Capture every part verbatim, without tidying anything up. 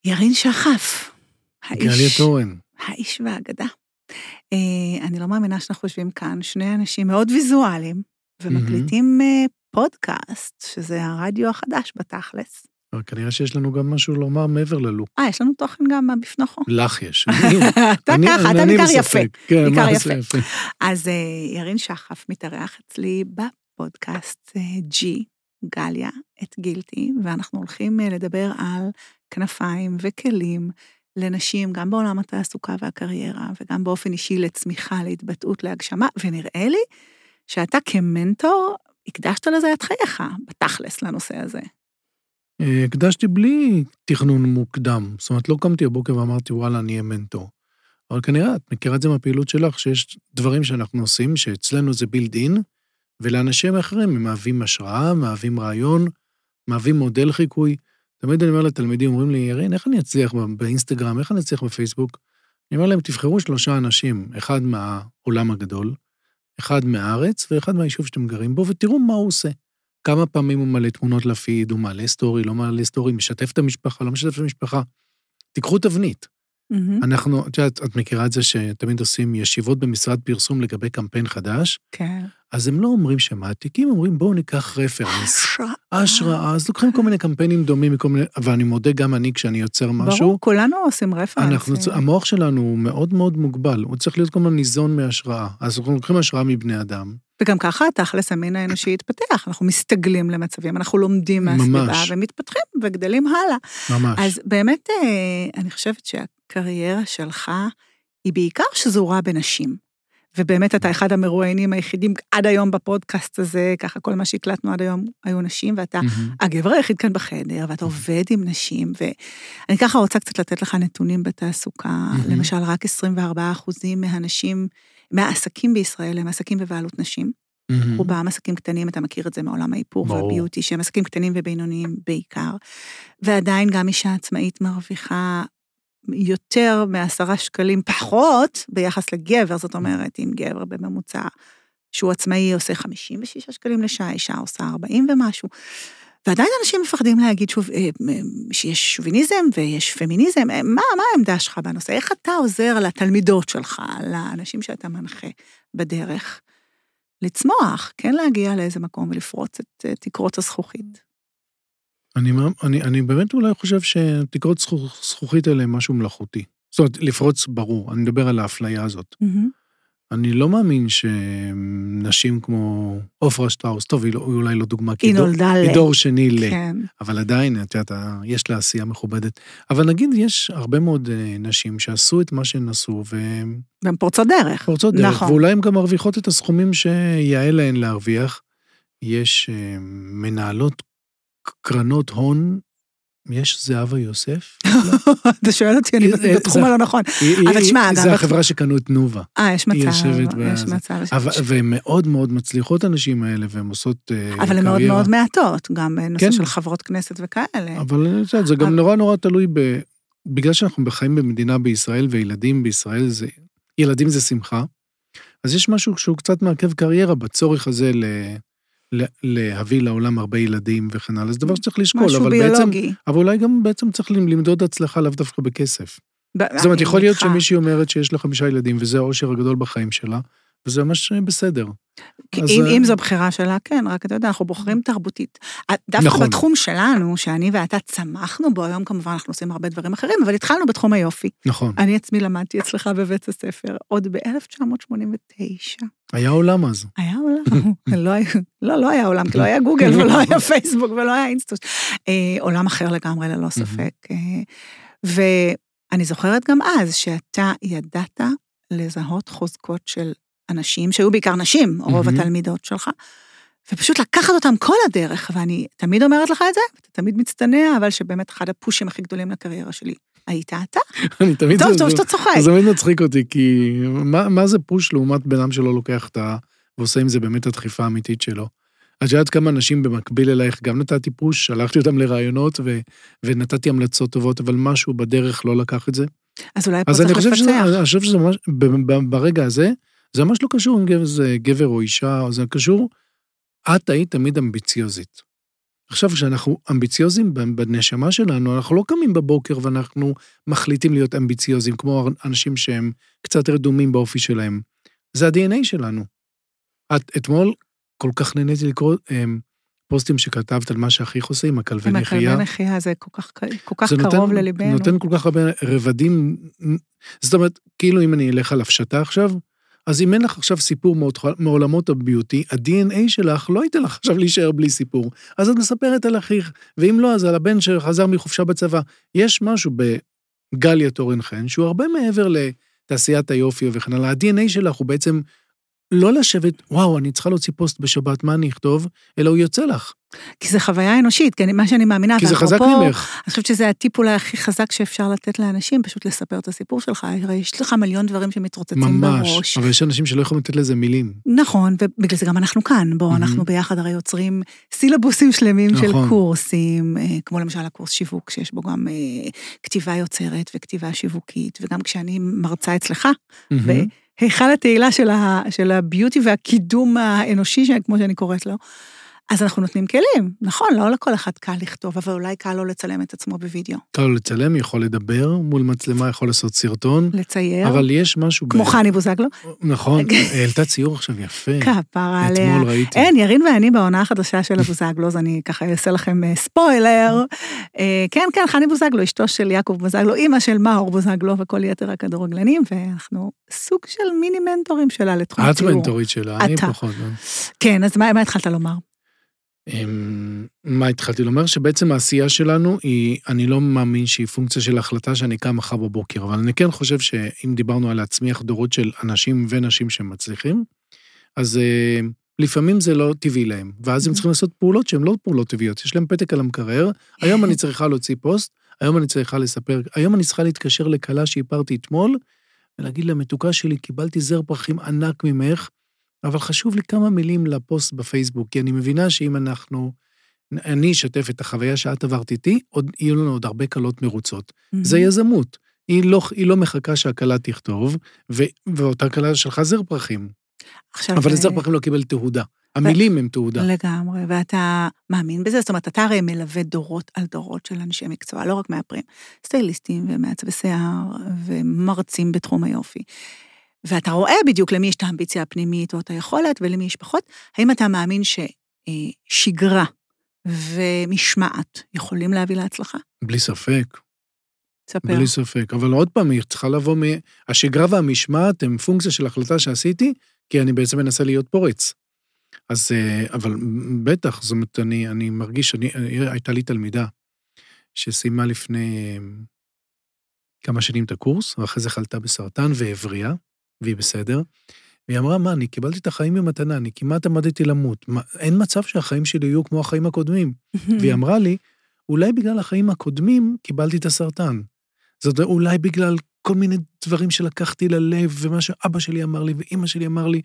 ירין שחף. גליה תורן. האיש והאגדה. אני לא מאמינה שאנחנו חושבים כאן, שני אנשים מאוד ויזואליים, ומקליטים פודקאסט, שזה הרדיו החדש בתכלס. כנראה שיש לנו גם משהו לומר מעבר ללוק. אה, יש לנו תוכן גם בפנוכו. לך יש. אתה ככה, אתה בעיקר יפה. כן, בעיקר מה יפה. זה יפה. אז ירין שחף מתארח אצלי בפודקאסט ג'י, גליה, את גילתי, ואנחנו הולכים לדבר על כנפיים וכלים לנשים, גם בעולם התעסוקה והקריירה, וגם באופן אישי לצמיחה, להתבטאות, להגשמה, ונראה לי שאתה כמנטור הקדשת לזה את חייך, בתכלס לנושא הזה. הקדשתי בלי תכנון מוקדם, זאת אומרת, לא קמתי הבוקר ואמרתי, וואלה, אני אהיה מנטור. אבל כנראה, את מכירה את זה מהפעילות שלך, שיש דברים שאנחנו עושים, שאצלנו זה בילד-אין, ולאנשים אחרים הם מהווים השראה, מהווים רעיון, מהווים מודל חיקוי. תמיד אני אומר לתלמידים, אומרים לי, ירין, איך אני אצליח באינסטגרם, איך אני אצליח בפייסבוק? אני אומר להם, תבחרו שלושה אנשים, אחד מהעולם הגדול, אחד מהארץ, ואחד מהיישוב שאתם גרים בו, ותראו מה הוא עושה. כמה פעמים הוא מלא תמונות לפיד, הוא מעלה סטורי, לא מעלה סטורי, משתף את המשפחה, לא משתף את המשפחה. תיקחו תבנית. אנחנו, את, את מכירה את זה שתמיד עושים ישיבות במשרד פרסום לגבי קמפיין חדש? כן. אז הם לא אומרים שמעתיקים, אומרים בואו ניקח רפרנס. השראה. השראה, אז לוקחים כל מיני קמפיינים דומים, מיני, ואני מודה גם אני כשאני יוצר משהו. ברור, כולנו עושים רפרנס. אנחנו, המוח שלנו הוא מאוד מאוד מוגבל, הוא צריך להיות כל מיני ניזון מהשראה. אז אנחנו לוקחים השראה מבני אדם. וגם ככה, תכלס המין האנושי יתפתח, אנחנו מסתגלים למצבים, אנחנו לומדים מהסביבה, ומתפתחים וגדלים הלאה. ממש. אז באמת, אני חושבת שהקריירה שלך היא בעיקר שזורה בנשים. ובאמת אתה אחד המרואיינים היחידים עד היום בפודקאסט הזה, ככה כל מה שהקלטנו עד היום היו נשים, ואתה הגבר היחיד כאן בחדר, ואתה עובד עם נשים, ואני ככה רוצה קצת לתת לך נתונים בתעסוקה, למשל רק עשרים וארבעה אחוזים מהנשים, מהעסקים בישראל הם עסקים בבעלות נשים, רובם עסקים קטנים, אתה מכיר את זה מעולם האיפור והביוטי, שהם עסקים קטנים ובינוניים בעיקר, ועדיין גם אישה עצמאית מרוויחה יותר מעשרה שקלים פחות ביחס לגבר, זאת אומרת, אם גבר בממוצע שהוא עצמאי עושה חמישים ושישה שקלים לשעה, אישה עושה ארבעים ומשהו, ועדיין אנשים מפחדים להגיד שוב, שיש שוביניזם ויש פמיניזם, מה, מה העמדה שלך בנושא? איך אתה עוזר לתלמידות שלך, לאנשים שאתה מנחה בדרך, לצמוח, כן להגיע לאיזה מקום ולפרוץ את תקרות הזכוכית? אני, אני, אני באמת אולי חושב שתקרות זכוכית האלה הם משהו מלאכותי. זאת אומרת, לפרוץ ברור, אני מדבר על האפליה הזאת. Mm-hmm. אני לא מאמין שנשים כמו אופרה שטראוס, טוב, היא, לא, היא אולי לא דוגמה, היא נולדה ל... היא דור שני ל... כן. אבל עדיין, את יודעת, יש לה עשייה מכובדת. אבל נגיד, יש הרבה מאוד נשים שעשו את מה שהן עשו, ו... והן פורצות דרך. פורצות דרך, נכון. ואולי הן גם מרוויחות את הסכומים שיעל להן להרוויח. יש מנהלות קרנות הון, יש זהבה יוסף? אתה שואל אותי, אני בתחום הלא נכון. אבל תשמע, זה החברה שקנו את נובה. אה, יש מצב, יש מצב. והן מאוד מאוד מצליחות האנשים האלה, והן עושות קריירה. אבל הן מאוד מאוד מעטות, גם בנושא של חברות כנסת וכאלה. אבל זה גם נורא נורא תלוי, בגלל שאנחנו בחיים במדינה בישראל, וילדים בישראל, ילדים זה שמחה, אז יש משהו שהוא קצת מעכב קריירה, בצורך הזה ל... להביא לעולם הרבה ילדים וכן הלאה, זה דבר שצריך לשקול. משהו ביולוגי. אבל אולי גם בעצם צריך למדוד הצלחה לאו דווקא בכסף. זאת אומרת, יכול להיות שמישהי אומרת שיש לה חמישה ילדים, וזה העושר הגדול בחיים שלה, וזה ממש בסדר. אם זו בחירה שלה, כן, רק אתה יודע, אנחנו בוחרים תרבותית. דווקא בתחום שלנו, שאני ואתה צמחנו בו, היום כמובן אנחנו עושים הרבה דברים אחרים, אבל התחלנו בתחום היופי. נכון. אני עצמי למדתי אצלך בבית הספר, עוד ב-אלף תשע מאות שמונים ותשע. היה עולם אז. היה עולם. לא, לא היה עולם, כי לא היה גוגל, ולא היה פייסבוק, ולא היה אינסטוש. עולם אחר לגמרי, ללא ספק. ואני זוכרת גם אז, שאתה ידעת לזהות חוזקות של אנשים, שהיו בעיקר נשים, רוב התלמידות שלך, ופשוט לקחת אותם כל הדרך, ואני תמיד אומרת לך את זה, ואתה תמיד מצטנע, אבל שבאמת אחד הפושים הכי גדולים לקריירה שלי, היית אתה? טוב, טוב, שאתה צוחק. זה תמיד מצחיק אותי, כי מה זה פוש לעומת בנם שלא לוקח את ה... ועושה עם זה באמת הדחיפה האמיתית שלו. אז יודעת כמה אנשים במקביל אלייך, גם נתתי פוש, שלחתי אותם לרעיונות, ונתתי המלצות טובות, אבל משהו בדרך לא לקח את זה. אז אולי פה צריך לפצח. אני חושב שזה ממש, ברגע הזה, זה ממש לא קשור אם זה גבר או אישה, זה קשור, את היית תמיד אמביציוזית. עכשיו, כשאנחנו אמביציוזים בנשמה שלנו, אנחנו לא קמים בבוקר ואנחנו מחליטים להיות אמביציוזים, כמו אנשים שהם קצת רדומים באופי שלהם. זה ה-די אן איי שלנו. את, אתמול כל כך נהניתי לקרוא הם, פוסטים שכתבת על מה שהכי עושה עם הכלבי נחייה. עם הכלבי נחייה, זה כל כך, כל כך קרוב נותן, לליבנו. זה נותן כל כך הרבה רבדים, זאת אומרת, כאילו אם אני אלך על הפשטה עכשיו, אז אם אין לך עכשיו סיפור מעולמות הביוטי, ה-די אן איי שלך לא ייתן לך עכשיו להישאר בלי סיפור. אז את מספרת על אחיך, ואם לא, אז על הבן שחזר מחופשה בצבא. יש משהו בגליה תורן חן, שהוא הרבה מעבר לתעשיית היופי וכן הלאה. ה-די אן איי שלך הוא בעצם לא לשבת, וואו, אני צריכה להוציא פוסט בשבת, מה אני אכתוב? אלא הוא יוצא לך. כי זה חוויה אנושית, כי מה שאני מאמינה, כי זה חזק ממך. אני חושבת שזה הטיפ אולי הכי חזק שאפשר לתת לאנשים, פשוט לספר את הסיפור שלך, הרי יש לך מיליון דברים שמתרוצצים ממש, בראש. אבל יש אנשים שלא יכולים לתת לזה מילים. נכון, ובגלל זה גם אנחנו כאן, בו אנחנו ביחד הרי יוצרים סילבוסים שלמים של קורסים, כמו למשל הקורס שיווק, שיש בו גם כתיבה יוצרת וכתיבה שיווקית, וגם כשאני מרצה אצלך, היכל התהילה של, ה, של הביוטי והקידום האנושי, כמו שאני קוראת לו, אז אנחנו נותנים כלים, נכון, לא לכל אחד קל לכתוב, אבל אולי קל לו לצלם את עצמו בווידאו. קל לו לצלם, יכול לדבר, מול מצלמה יכול לעשות סרטון. לצייר. אבל יש משהו... כמו ב... חני בוזגלו. נכון, העלתה ציור עכשיו יפה. כפרה עליה. אתמול ראיתי. אין, ירין ואני בעונה החדשה של הבוזגלו, אז אני ככה אעשה לכם ספוילר. כן, כן, חני בוזגלו, אשתו של יעקב בוזגלו, אמא של מאור בוזגלו וכל יתר הכדורגלנים, ואנחנו סוג של מיני מנטורים שלה לתחום ציור. את מנטורית שלה, אני פחות. כן, אז מה התחלת לומר? מה התחלתי לומר? שבעצם העשייה שלנו היא, אני לא מאמין שהיא פונקציה של החלטה שאני קם מחר בבוקר, אבל אני כן חושב שאם דיברנו על להצמיח דורות של אנשים ונשים שמצליחים, אז לפעמים זה לא טבעי להם, ואז הם צריכים לעשות פעולות שהן לא פעולות טבעיות, יש להם פתק על המקרר, היום אני צריכה להוציא פוסט, היום אני צריכה לספר, היום אני צריכה להתקשר לקלה שהיפרתי אתמול, ולהגיד לה, מתוקה שלי, קיבלתי זר פרחים ענק ממך, אבל חשוב לי כמה מילים לפוסט בפייסבוק, כי אני מבינה שאם אנחנו, אני אשתף את החוויה שאת עברת איתי, עוד, יהיו לנו עוד הרבה קלות מרוצות. Mm-hmm. זה יזמות. היא לא, היא לא מחכה שהקלה תכתוב, ו, ואותה קלה שלך זר פרחים. אבל זר פרחים לא קיבל תהודה. המילים הם תהודה. לגמרי, ואתה מאמין בזה, זאת אומרת, אתה הרי מלווה דורות על דורות של אנשי מקצוע, לא רק מאפרים, סטייליסטים ומעצבי שיער, ומרצים בתחום היופי. ואתה רואה בדיוק למי יש את האמביציה הפנימית או את היכולת, ולמי יש פחות. האם אתה מאמין ששגרה ומשמעת יכולים להביא להצלחה? בלי ספק. ספר. בלי ספק. אבל עוד פעם, היא צריכה לבוא מ... השגרה והמשמעת הם פונקציה של החלטה שעשיתי, כי אני בעצם מנסה להיות פורץ. אז, אבל בטח, זאת אומרת, אני, אני מרגיש, אני, הייתה לי תלמידה, שסיימה לפני כמה שנים את הקורס, ואחרי זה חלתה בסרטן והבריאה, והיא בסדר, והיא אמרה, מה, אני קיבלתי את החיים במתנה, אני כמעט עמדתי למות, מה, אין מצב שהחיים שלי יהיו כמו החיים הקודמים. והיא אמרה לי, אולי בגלל החיים הקודמים קיבלתי את הסרטן. זאת אומרת, אולי בגלל כל מיני דברים שלקחתי ללב, ומה שאבא שלי אמר לי, ואמא שלי אמר לי,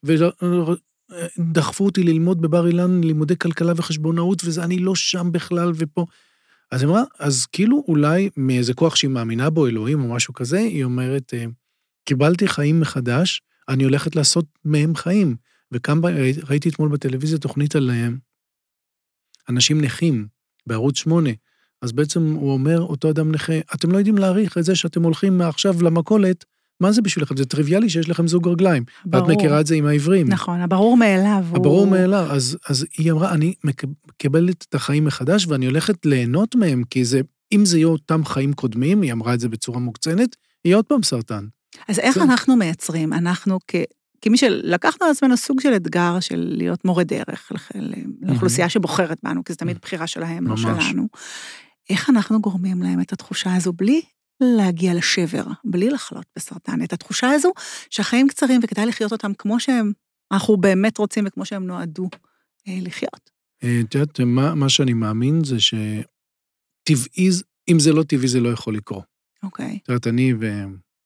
ודחפו אותי ללמוד בבר אילן, לימודי כלכלה וחשבונאות, וזה אני לא שם בכלל, ופה. אז היא אמרה, אז כאילו אולי מאיזה כוח שהיא מאמינה בו, אלוהים או משהו כזה, היא אומרת, קיבלתי חיים מחדש, אני הולכת לעשות מהם חיים. וכאן ראיתי אתמול בטלוויזיה תוכנית על אנשים נכים, בערוץ שמונה, אז בעצם הוא אומר, אותו אדם נכה, אתם לא יודעים להעריך את זה שאתם הולכים מעכשיו למכולת, מה זה בשבילכם? זה טריוויאלי שיש לכם זוג רגליים. ברור. ואת מכירה את זה עם העברים. נכון, הברור מאליו. הברור הוא... מאליו, אז, אז היא אמרה, אני מקבלת את החיים מחדש, ואני הולכת ליהנות מהם, כי זה, אם זה יהיו אותם חיים קודמים, היא אמרה את זה בצורה מוקצנת, יהיה עוד פעם סרטן. אז איך אנחנו מייצרים? אנחנו כ... כמי שלקחנו על עצמנו סוג של אתגר של להיות מורה דרך, לאוכלוסייה שבוחרת בנו, כי זה תמיד בחירה שלהם, לא שלנו. איך אנחנו גורמים להם את התחושה הזו בלי להגיע לשבר, בלי לחלות בסרטן, את התחושה הזו שהחיים קצרים וכדאי לחיות אותם כמו שהם, אנחנו באמת רוצים וכמו שהם נועדו אה, לחיות. את יודעת, מה, מה שאני מאמין זה שטבעי, אם זה לא טבעי זה לא יכול לקרות. אוקיי. את יודעת, אני ו...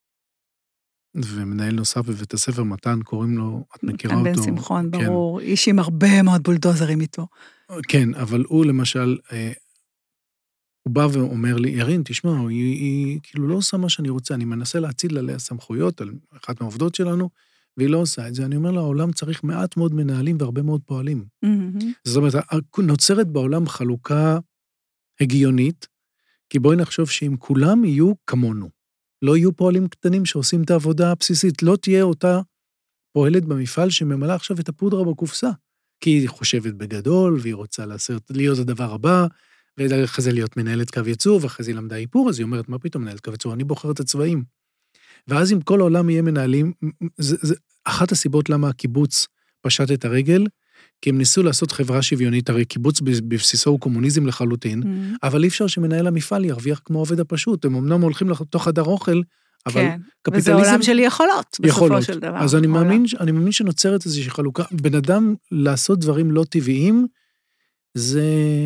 ומנהל נוסף בבית הספר מתן, קוראים לו, את מכירה אותו. בן שמחון, ברור, איש עם הרבה מאוד בולדוזרים איתו. כן, אבל הוא למשל, הוא בא ואומר לי, ירין, תשמע, היא, היא כאילו לא עושה מה שאני רוצה, אני מנסה להציל עליה סמכויות, על אחת מהעובדות שלנו, והיא לא עושה את זה. אני אומר לה, העולם צריך מעט מאוד מנהלים והרבה מאוד פועלים. זאת אומרת, נוצרת בעולם חלוקה הגיונית, כי בואי נחשוב שאם כולם יהיו כמונו, לא יהיו פועלים קטנים שעושים את העבודה הבסיסית, לא תהיה אותה פועלת במפעל שממלאה עכשיו את הפודרה בקופסה, כי היא חושבת בגדול, והיא רוצה לעשות, להיות הדבר הבא, ואחרי זה להיות מנהלת קו ייצור, ואחרי זה היא למדה איפור, אז היא אומרת, מה פתאום מנהלת קו ייצור? אני בוחר את הצבעים. ואז אם כל העולם יהיה מנהלים, זה, זה אחת הסיבות למה הקיבוץ פשט את הרגל, כי הם ניסו לעשות חברה שוויונית, הרי קיבוץ בבסיסו הוא קומוניזם לחלוטין, mm-hmm. אבל אי אפשר שמנהל המפעל ירוויח כמו עובד הפשוט, הם אמנם הולכים לתוך חדר אוכל, אבל כן. קפיטליזם... וזה עולם של יכולות, יכולות. בסופו של דבר. אז אני מאמין, אני מאמין שנוצרת איזושהי חלוקה, בן אדם לעשות דברים לא טבעיים, זה...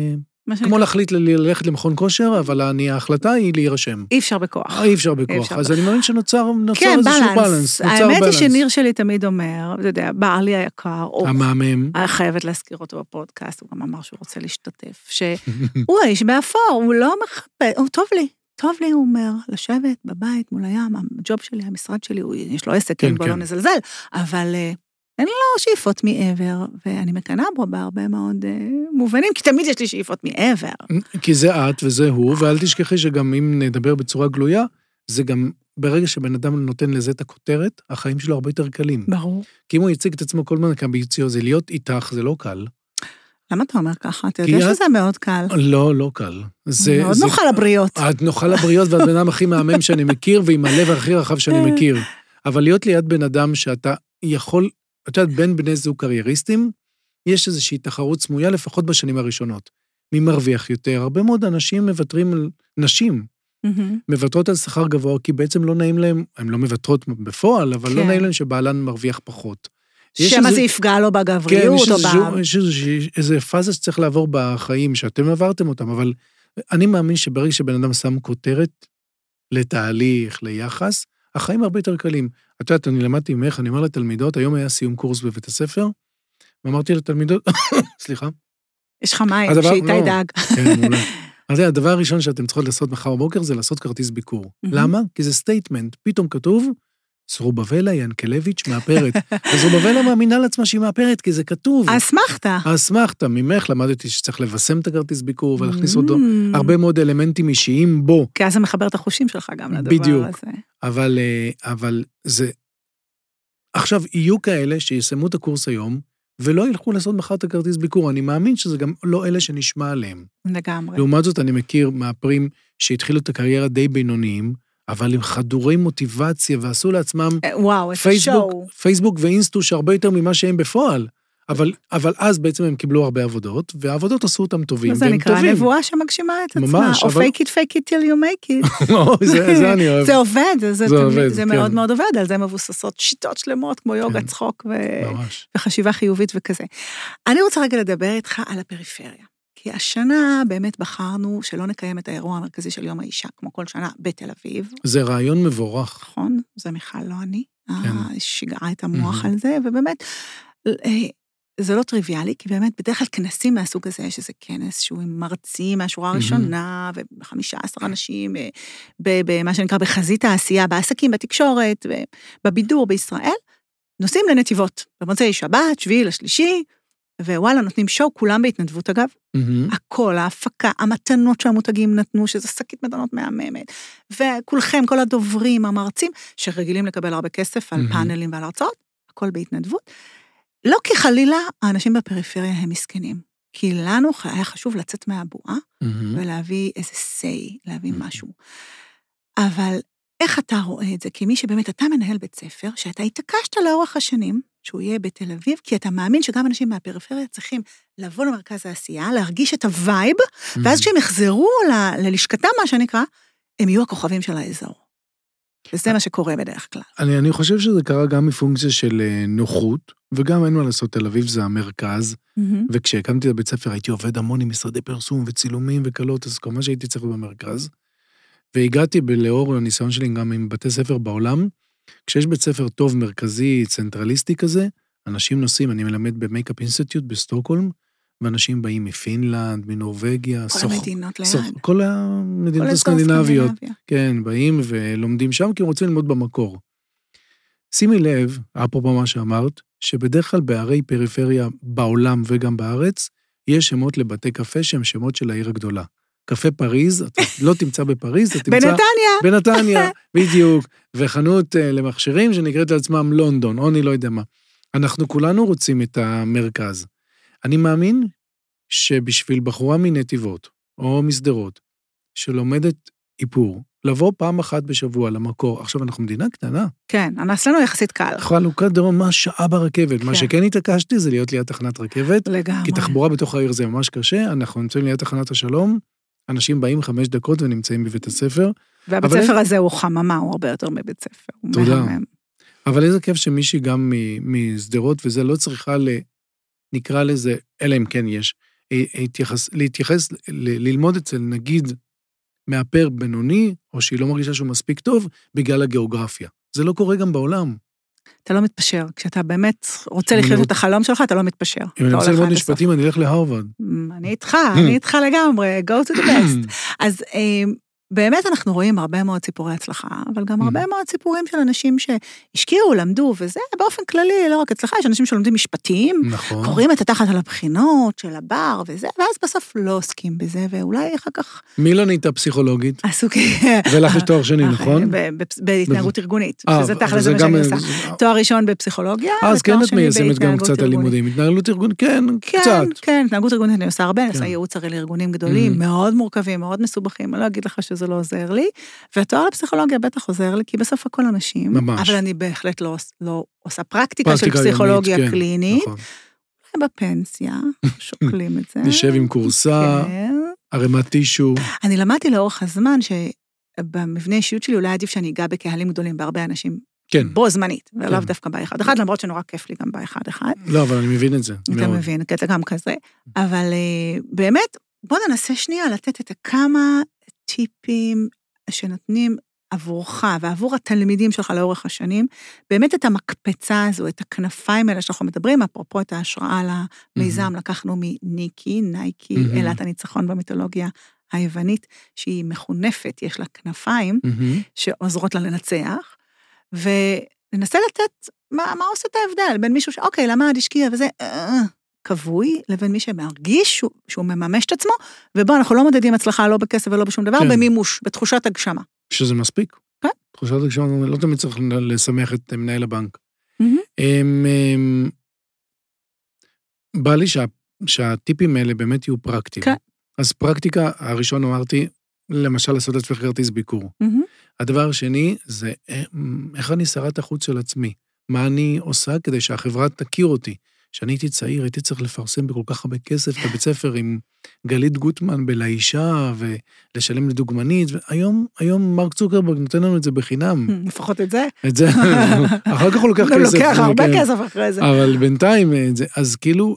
כמו להחליט ללכת למכון כושר, אבל ההחלטה היא להירשם. אי אפשר בכוח. אי אפשר בכוח. אז אני מאמין שנוצר איזשהו בלנס. האמת היא שניר שלי תמיד אומר, אתה יודע, בעלי היקר, המאמם. חייבת להזכיר אותו בפודקאסט, הוא גם אמר שהוא רוצה להשתתף, שהוא האיש באפור, הוא לא מחפש, הוא טוב לי. טוב לי, הוא אומר, לשבת בבית מול הים, הג'וב שלי, המשרד שלי, יש לו עסק, בוא לא נזלזל, אבל... אין לו שאיפות מעבר, ואני מקנה בו בהרבה מאוד מובנים, כי תמיד יש לי שאיפות מעבר. כי זה את וזה הוא, ואל תשכחי שגם אם נדבר בצורה גלויה, זה גם ברגע שבן אדם נותן לזה את הכותרת, החיים שלו הרבה יותר קלים. ברור. כי אם הוא יציג את עצמו כל מיני כאמביציות, זה להיות איתך, זה לא קל. למה אתה אומר ככה? אתה יודע שזה מאוד קל. לא, לא קל. מאוד נוחה לבריות. את נוחה לבריות, ואת בן אדם הכי מהמם שאני מכיר, ועם הלב הכי רחב שאני מכיר. אבל להיות ליד בן אדם שאתה יכול את יודעת, בין בני זוג קרייריסטים, יש איזושהי תחרות סמויה, לפחות בשנים הראשונות. מי מרוויח יותר? הרבה מאוד אנשים מבטרים על נשים, מבטרות על שכר גבוה, כי בעצם לא נעים להם, הן לא מבטרות בפועל, אבל לא נעים להם שבעלן מרוויח פחות. שמה זה יפגע לו בגבריות או ב... יש איזו פאזה שצריך לעבור בחיים, שאתם עברתם אותם, אבל אני מאמין שברגע שבן אדם שם כותרת לתהליך, ליחס, החיים הרבה יותר קלים. את יודעת, אני למדתי ממך, אני אומר לתלמידות, היום היה סיום קורס בבית הספר, ואמרתי לתלמידות, סליחה. יש לך מים, שאיתי דאג. כן, מעולה. אז הדבר הראשון שאתם צריכות לעשות מחר בבוקר, זה לעשות כרטיס ביקור. למה? כי זה סטייטמנט. פתאום כתוב, זרובבלה ינקלביץ' מאפרת. וזרובבלה מאמינה לעצמה שהיא מאפרת, כי זה כתוב. אסמכת. אסמכת. ממך למדתי שצריך לבשם את הכרטיס ביקור, ולהכניס אותו הרבה מאוד אלמנטים אישיים בו. כי אז זה מחבר את החושים שלך גם לדבר הזה. בדיוק. אבל, אבל זה... עכשיו, יהיו כאלה שיסיימו את הקורס היום, ולא ילכו לעשות מחר את הכרטיס ביקור. אני מאמין שזה גם לא אלה שנשמע עליהם. לגמרי. לעומת זאת, אני מכיר מאפרים שהתחילו את הקריירה די בינוניים, אבל עם חדורי מוטיבציה, ועשו לעצמם וואו, פייסבוק, פייסבוק ואינסטו שהרבה יותר ממה שהם בפועל. אבל, אבל אז בעצם הם קיבלו הרבה עבודות, והעבודות עשו אותם טובים, זה נקרא נבואה שמגשימה את עצמה, ממש, או אבל... fake it, fake it till you make it. לא, זה, זה אני אוהב. זה עובד, זה, זה, תמיד, עובד, זה כן. מאוד מאוד עובד, על זה מבוססות שיטות שלמות, כמו יוגה, כן. צחוק ו... ממש. וחשיבה חיובית וכזה. אני רוצה רגע לדבר איתך על הפריפריה, כי השנה באמת בחרנו שלא נקיים את האירוע המרכזי של יום האישה, כמו כל שנה בתל אביב. זה רעיון מבורך. נכון, זה מיכל, לא אני, כן. שגעה את המוח על זה, ובאמת... זה לא טריוויאלי, כי באמת בדרך כלל כנסים מהסוג הזה, יש איזה כנס שהוא עם מרצים מהשורה הראשונה, ו-חמישה עשר אנשים, במה שנקרא בחזית העשייה, בעסקים, בתקשורת, בבידור בישראל, נוסעים לנתיבות, במוצאי שבת, שביעי לשלישי, ווואלה, נותנים שואו, כולם בהתנדבות אגב, הכל, ההפקה, המתנות שהמותגים נתנו, שזה שקית מתנות מהממת, וכולכם, כל הדוברים, המרצים, שרגילים לקבל הרבה כסף על פאנלים ועל הרצאות, הכל בהתנדבות, לא כי חלילה האנשים בפריפריה הם מסכנים, כי לנו היה חשוב לצאת מהבועה, ולהביא איזה סי, להביא משהו. אבל איך אתה רואה את זה? כי מי שבאמת אתה מנהל בית ספר, שאתה התעקשת לאורך השנים, שהוא יהיה בתל אביב, כי אתה מאמין שגם אנשים מהפריפריה צריכים לבוא למרכז העשייה, להרגיש את הווייב, ואז כשהם יחזרו ל- ללשכתם, מה שנקרא, הם יהיו הכוכבים של האזור. וזה מה שקורה בדרך כלל. אני, אני חושב שזה קרה גם מפונקציה של נוחות, וגם אין מה לעשות, תל אביב זה המרכז, וכשהקמתי את הבית ספר הייתי עובד המון עם משרדי פרסום וצילומים וקלות, אז כמובן שהייתי צריך במרכז, והגעתי לאור הניסיון שלי גם עם בתי ספר בעולם, כשיש בית ספר טוב, מרכזי, צנטרליסטי כזה, אנשים נוסעים, אני מלמד במייקאפ אינסטיטוט בסטוקהולם, ואנשים באים מפינלנד, מנורווגיה, כל סוח, המדינות ליד. סוח, כל המדינות הסקנדינביות. כן, באים ולומדים שם, כי הם רוצים ללמוד במקור. שימי לב, אפרופו מה שאמרת, שבדרך כלל בערי פריפריה בעולם וגם בארץ, יש שמות לבתי קפה שהם שמות של העיר הגדולה. קפה פריז, אתה לא תמצא בפריז, אתה תמצא... בנתניה. בנתניה, בדיוק. וחנות למכשירים שנקראת לעצמם לונדון, או אני לא יודע מה. אנחנו כולנו רוצים את המרכז. אני מאמין שבשביל בחורה מנתיבות, או מסדרות, שלומדת איפור, לבוא פעם אחת בשבוע למקור, עכשיו אנחנו מדינה קטנה. כן, אצלנו יחסית קל. חלוקת דרום, מה שעה ברכבת, כן. מה שכן התעקשתי זה להיות ליד תחנת רכבת, לגמרי. כי תחבורה בתוך העיר זה ממש קשה, אנחנו נמצאים ליד תחנת השלום, אנשים באים חמש דקות ונמצאים בבית הספר. והבית ספר הזה הוא חממה, הוא הרבה יותר מבית ספר. תודה. אבל איזה כיף שמישהי גם מסדרות, וזה לא צריכה ל... נקרא לזה, אלא אם כן יש, להתייחס, ללמוד אצל נגיד מאפר בינוני, או שהיא לא מרגישה שהוא מספיק טוב, בגלל הגיאוגרפיה. זה לא קורה גם בעולם. אתה לא מתפשר. כשאתה באמת רוצה לחיות את החלום שלך, אתה לא מתפשר. אם אני רוצה ללמוד משפטים, אני אלך להרווארד. אני איתך, אני איתך לגמרי, go to the best. אז באמת אנחנו רואים הרבה מאוד סיפורי הצלחה, אבל גם הרבה מאוד סיפורים של אנשים שהשקיעו, למדו, וזה באופן כללי, לא רק הצלחה, יש אנשים שלומדים משפטים, נכון. קוראים את התחת על הבחינות של הבר וזה, ואז בסוף לא עוסקים בזה, ואולי אחר כך... מי לא נהייתה פסיכולוגית? עסוקי. ולך יש תואר שני, נכון? בהתנהגות ארגונית, שזה תחת לזה מה שאני עושה. תואר ראשון בפסיכולוגיה, אז כן את מיישמת גם קצת על לימודים, התנהלות ארגונית, כן, קצת. כן, התנהגות ארגונית אני עושה הרבה, אני עושה ייעוץ הרי לארגונים גדולים, מאוד מורכבים, מאוד מסובכים, אני לא אגיד לך שזה לא עוזר לי, והתואר לפסיכולוגיה בטח עוזר לי, כי בסוף הכל אנשים, ממש. אבל אני בהחלט לא, לא עושה פרקטיקה, פרקטיקה של פסיכולוגיה ימית, קלינית, כן, נכון. בפנסיה, שוקלים את זה. נשב עם קורסה, כן. הרמת טישו. אני למדתי לאורך הזמן, שבמבנה אישיות שלי אולי עדיף שאני אגע בקהלים גדולים, בהרבה אנשים, כן. בו זמנית, ולאו כן. דווקא באחד אחד, למרות שנורא כיף לי גם באחד אחד. לא, אבל אני מבין את זה. אתה מאוד. מבין, קטע גם כזה. אבל באמת, בוא ננסה שנייה לתת את כמה טיפים שנותנים עבורך ועבור התלמידים שלך לאורך השנים, באמת את המקפצה הזו, את הכנפיים האלה שאנחנו מדברים, אפרופו את ההשראה למיזם, לקחנו מניקי, נייקי, אלת הניצחון במיתולוגיה היוונית, שהיא מחונפת, יש לה כנפיים שעוזרות לה לנצח, וננסה לתת מה, מה עושה את ההבדל בין מישהו שאוקיי, למד, השקיע וזה, קבוי, לבין מי שמרגיש שהוא, שהוא מממש את עצמו, ובו אנחנו לא מודדים הצלחה, לא בכסף ולא בשום דבר, כן. במימוש, בתחושת הגשמה. שזה מספיק. כן. תחושת הגשמה, לא תמיד צריך לשמח את מנהל הבנק. Mm-hmm. הם, הם, בא לי שה, שהטיפים האלה באמת יהיו פרקטיים. כן. אז פרקטיקה, הראשון אמרתי, למשל לעשות לעצמך כרטיס ביקור. Mm-hmm. הדבר השני זה, איך אני שרת החוץ של עצמי? מה אני עושה כדי שהחברה תכיר אותי? כשאני הייתי צעיר, הייתי צריך לפרסם בכל כך הרבה כסף את הבית ספר עם גלית גוטמן בלאישה, ולשלם לדוגמנית, והיום, היום מרק צוקרברג נותן לנו את זה בחינם. לפחות את זה. את זה, אחר כך הוא לוקח כסף. הוא לוקח הרבה כסף אחרי זה. אבל בינתיים, אז כאילו,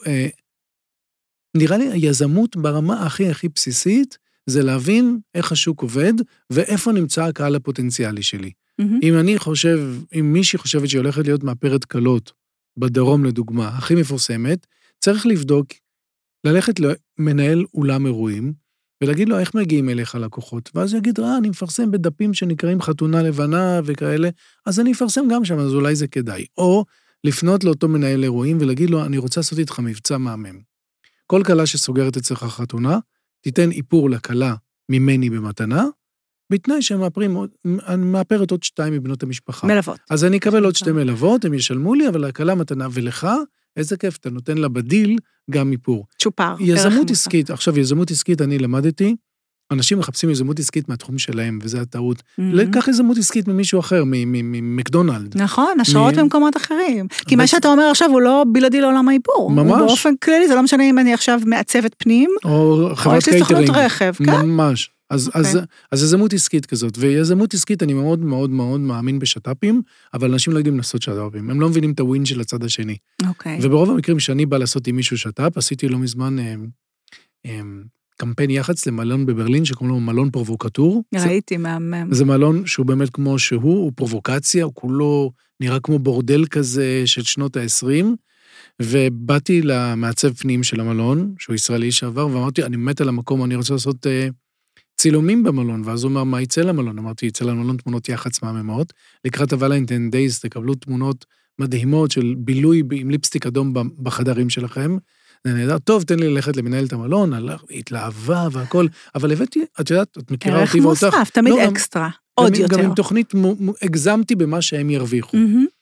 נראה לי, היזמות ברמה הכי הכי בסיסית, זה להבין איך השוק עובד, ואיפה נמצא הקהל הפוטנציאלי שלי. אם אני חושב, אם מישהי חושבת שהיא הולכת להיות מאפרת קלות, בדרום לדוגמה, הכי מפורסמת, צריך לבדוק, ללכת למנהל אולם אירועים, ולהגיד לו איך מגיעים אליך לקוחות, ואז הוא יגיד, ראה, אני מפרסם בדפים שנקראים חתונה לבנה וכאלה, אז אני אפרסם גם שם, אז אולי זה כדאי. או לפנות לאותו מנהל אירועים ולהגיד לו, אני רוצה לעשות איתך מבצע מהמם. כל קלה שסוגרת אצלך חתונה, תיתן איפור לקלה ממני במתנה, בתנאי שמאפרת עוד שתיים מבנות המשפחה. מלוות. אז אני אקבל עוד שתי מלוות, הם ישלמו לי, אבל הקלה מתנה, ולך, איזה כיף, אתה נותן לה בדיל גם איפור. צ'ופר. יזמות עסקית, עכשיו יזמות עסקית אני למדתי, אנשים מחפשים יזמות עסקית מהתחום שלהם, וזה הטעות. לקח יזמות עסקית ממישהו אחר, ממקדונלד. נכון, השעות במקומות אחרים. כי מה שאתה אומר עכשיו הוא לא בלעדי לעולם האיפור. ממש. הוא באופן כללי, זה לא משנה אם אני עכשיו מעצבת פנים, או חברת קייטרינג. או יש לי סוכנות רכב, כן? ממש. אז, okay. אז, אז יזמות עסקית כזאת, ויזמות עסקית אני מאוד מאוד מאוד מאמין בשטאפים, אבל אנשים לא יודעים לעשות שטאפים, הם לא מבינים את הווין של הצד השני. Okay. וברוב המקרים שאני בא לעשות עם מישהו שטאפ, עשיתי לא מזמן הם, הם, קמפיין יח"צ למלון בברלין, שקוראים לו מלון פרובוקטור. ראיתי, מהמם. זה מלון שהוא באמת כמו שהוא, הוא פרובוקציה, הוא כולו נראה כמו בורדל כזה של שנות ה-עשרים, ובאתי למעצב פנים של המלון, שהוא ישראלי שעבר, ואמרתי, אני מת על המקום, אני רוצה לעשות צילומים במלון, ואז הוא אומר, מה יצא למלון? אמרתי, יצא למלון תמונות יח"צ מהממות, לקראת הוולנטיין דייז תקבלו תמונות מדהימות של בילוי עם ליפסטיק אדום בחדרים שלכם, זה נהדר, טוב, תן לי ללכת למנהלת המלון, התלהבה והכל, אבל הבאתי, את יודעת, את מכירה אותי ואותך. ערך מוסף, תמיד אקסטרה, עוד יותר. גם עם תוכנית, הגזמתי במה שהם ירוויחו.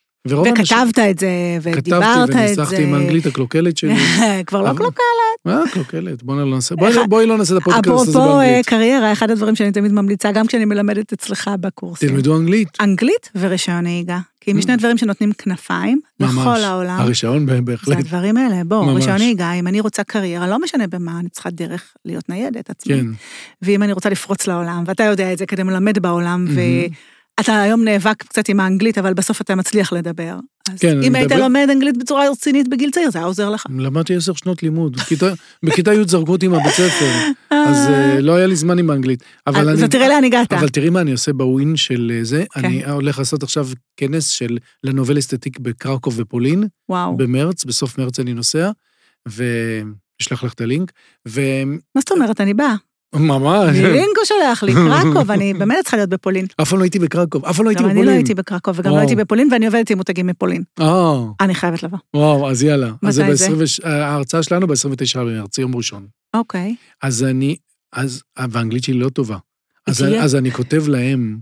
וכתבת את זה, ודיברת את זה. כתבתי וניסחתי עם האנגלית הקלוקלת שלי. כבר לא קלוקלת. מה קלוקלת? בואי לא נעשה את הפודקאסט הזה באנגלית. אפרופו קריירה, אחד הדברים שאני תמיד ממליצה, גם כשאני מלמדת אצלך בקורסים. תלמדו אנגלית. אנגלית ורישיון נהיגה. כי אם משני דברים שנותנים כנפיים, לכל העולם. הרישיון בהחלט. זה הדברים האלה. בוא, רישיון נהיגה, אם אני רוצה קריירה, לא משנה במה, אני צריכה דרך להיות ניידת עצמי. ואם אני רוצה לפרוץ לעולם, ואתה יודע את זה כדי מלמד בעולם, אתה היום נאבק קצת עם האנגלית, אבל בסוף אתה מצליח לדבר. אז כן, אם היית לומד אנגלית בצורה רצינית בגיל צעיר, זה היה עוזר לך. למדתי עשר שנות לימוד. בכיתה י' זרקו אותי מהבית ספר, אז לא היה לי זמן עם האנגלית. אז תראה לאן הגעת. אבל תראי מה אני עושה בווין של זה, אני הולך לעשות עכשיו כנס של לנובליסטטיק בקרקוב ופולין, במרץ, בסוף מרץ אני נוסע, וישלח לך את הלינק. מה זאת אומרת, אני באה? ממש. לינקו שלח לי, קרקוב, אני באמת צריכה להיות בפולין. אף פעם לא הייתי בקרקוב, אף פעם לא הייתי בפולין. גם אני לא הייתי בקרקוב, וגם לא הייתי בפולין, ואני עובדת עם מותגים מפולין. אני חייבת לבוא. וואו, אז יאללה. מתי זה? ההרצאה שלנו ב-עשרים ותשעה במרץ, יום ראשון. אוקיי. אז אני, אז, והאנגלית שלי לא טובה. אז אני כותב להם,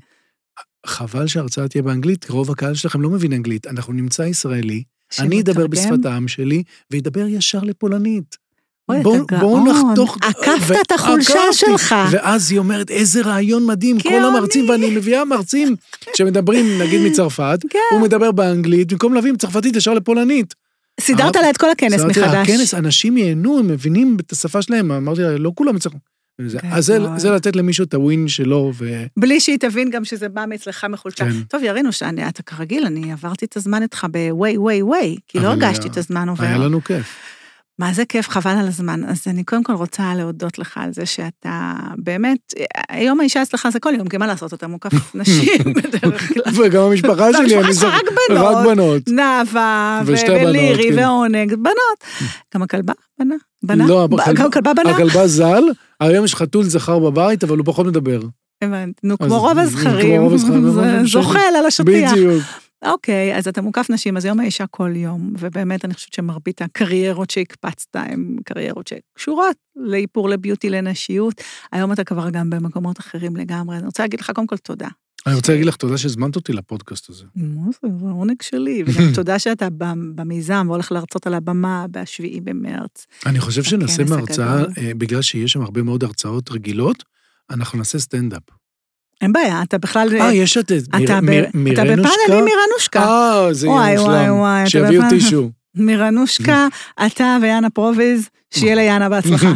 חבל שההרצאה תהיה באנגלית, רוב הקהל שלכם לא מבין אנגלית, אנחנו נמצא ישראלי, אני אדבר בשפת העם שלי, וידבר ישר לפולנית. בואו נחתוך... עקפת את החולשה שלך. ואז היא אומרת, איזה רעיון מדהים, כל המרצים, ואני מביאה מרצים שמדברים, נגיד מצרפת, הוא מדבר באנגלית, במקום להביא מצרפתית ישר לפולנית. סידרת לה את כל הכנס מחדש. הכנס, אנשים ייהנו, הם מבינים את השפה שלהם, אמרתי לה, לא כולם מצרפת. אז זה לתת למישהו את הווין שלו. בלי שהיא תבין גם שזה בא מאצלך מחולשה. טוב, ירינו, אתה כרגיל, אני עברתי את הזמן איתך בווי, ווי, ווי, כי לא הרגשתי את הזמן עובר. היה לנו כיף. מה זה כיף, חבל על הזמן. אז אני קודם כל רוצה להודות לך על זה שאתה באמת, היום האישה אצלך זה כל יום, כי מה לעשות, אתה מוקף נשים בדרך כלל. וגם המשפחה שלי, אני זוכר, רק בנות. נאווה, ולירי, ועונג, בנות. גם הכלבה בנה? בנה? לא, גם הכלבה בנה? הכלבה זל, היום יש חתול זכר בבית, אבל הוא פחות מדבר. הבנתי, נו, כמו רוב הזכרים, זוחל על השטיח. בדיוק. אוקיי, אז אתה מוקף נשים, אז יום האישה כל יום, ובאמת אני חושבת שמרבית הקריירות שהקפצת, הן קריירות שקשורות לאיפור, לביוטי, לנשיות, היום אתה כבר גם במקומות אחרים לגמרי, אני רוצה להגיד לך קודם כל תודה. אני רוצה להגיד לך תודה שהזמנת אותי לפודקאסט הזה. מה זה, זה עונג שלי, וגם תודה שאתה במיזם, והולך להרצות על הבמה בשביעי במרץ. אני חושב שנעשה מהרצאה, בגלל שיש שם הרבה מאוד הרצאות רגילות, אנחנו נעשה סטנדאפ. אין בעיה, אתה בכלל... אה, יש את אתה בפאנל עם מירנושקה. אה, זה יהיה מושלם. שיביאו טישו. מירנושקה, אתה ויאנה פרוביז, שיהיה ליאנה בהצלחה.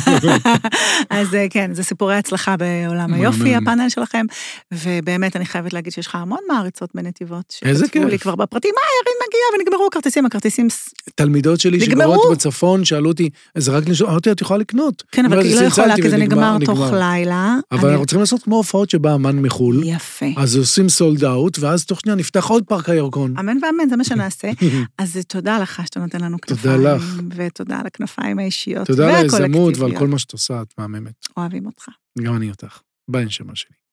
אז כן, זה סיפורי הצלחה בעולם היופי, הפאנל שלכם, ובאמת אני חייבת להגיד שיש לך המון מעריצות בנתיבות. איזה כיף. לי כבר בפרטים, מה, ירין מגיע, ונגמרו הכרטיסים, הכרטיסים... תלמידות שלי שגרות בצפון, שאלו אותי, אז רק נשאר, אמרתי, את יכולה לקנות. כן, אבל היא לא יכולה, כי זה נגמר תוך לילה. אבל אנחנו צריכים לעשות כמו הופעות שבא אמן מחול. יפה. אז עושים סולד אאוט, ואז תוך שנייה נפתח עוד פארק הירקון. אמן ואמן, זה מה שנעשה. אז תודה לך שאתה נותן לנו כנפיים, ותודה על הכנפיים האישיות תודה על ההזדמנות ועל כל מה שאת עושה, את מהממת. אוהבים אותך. גם אני אותך. ביי נשמה שלי.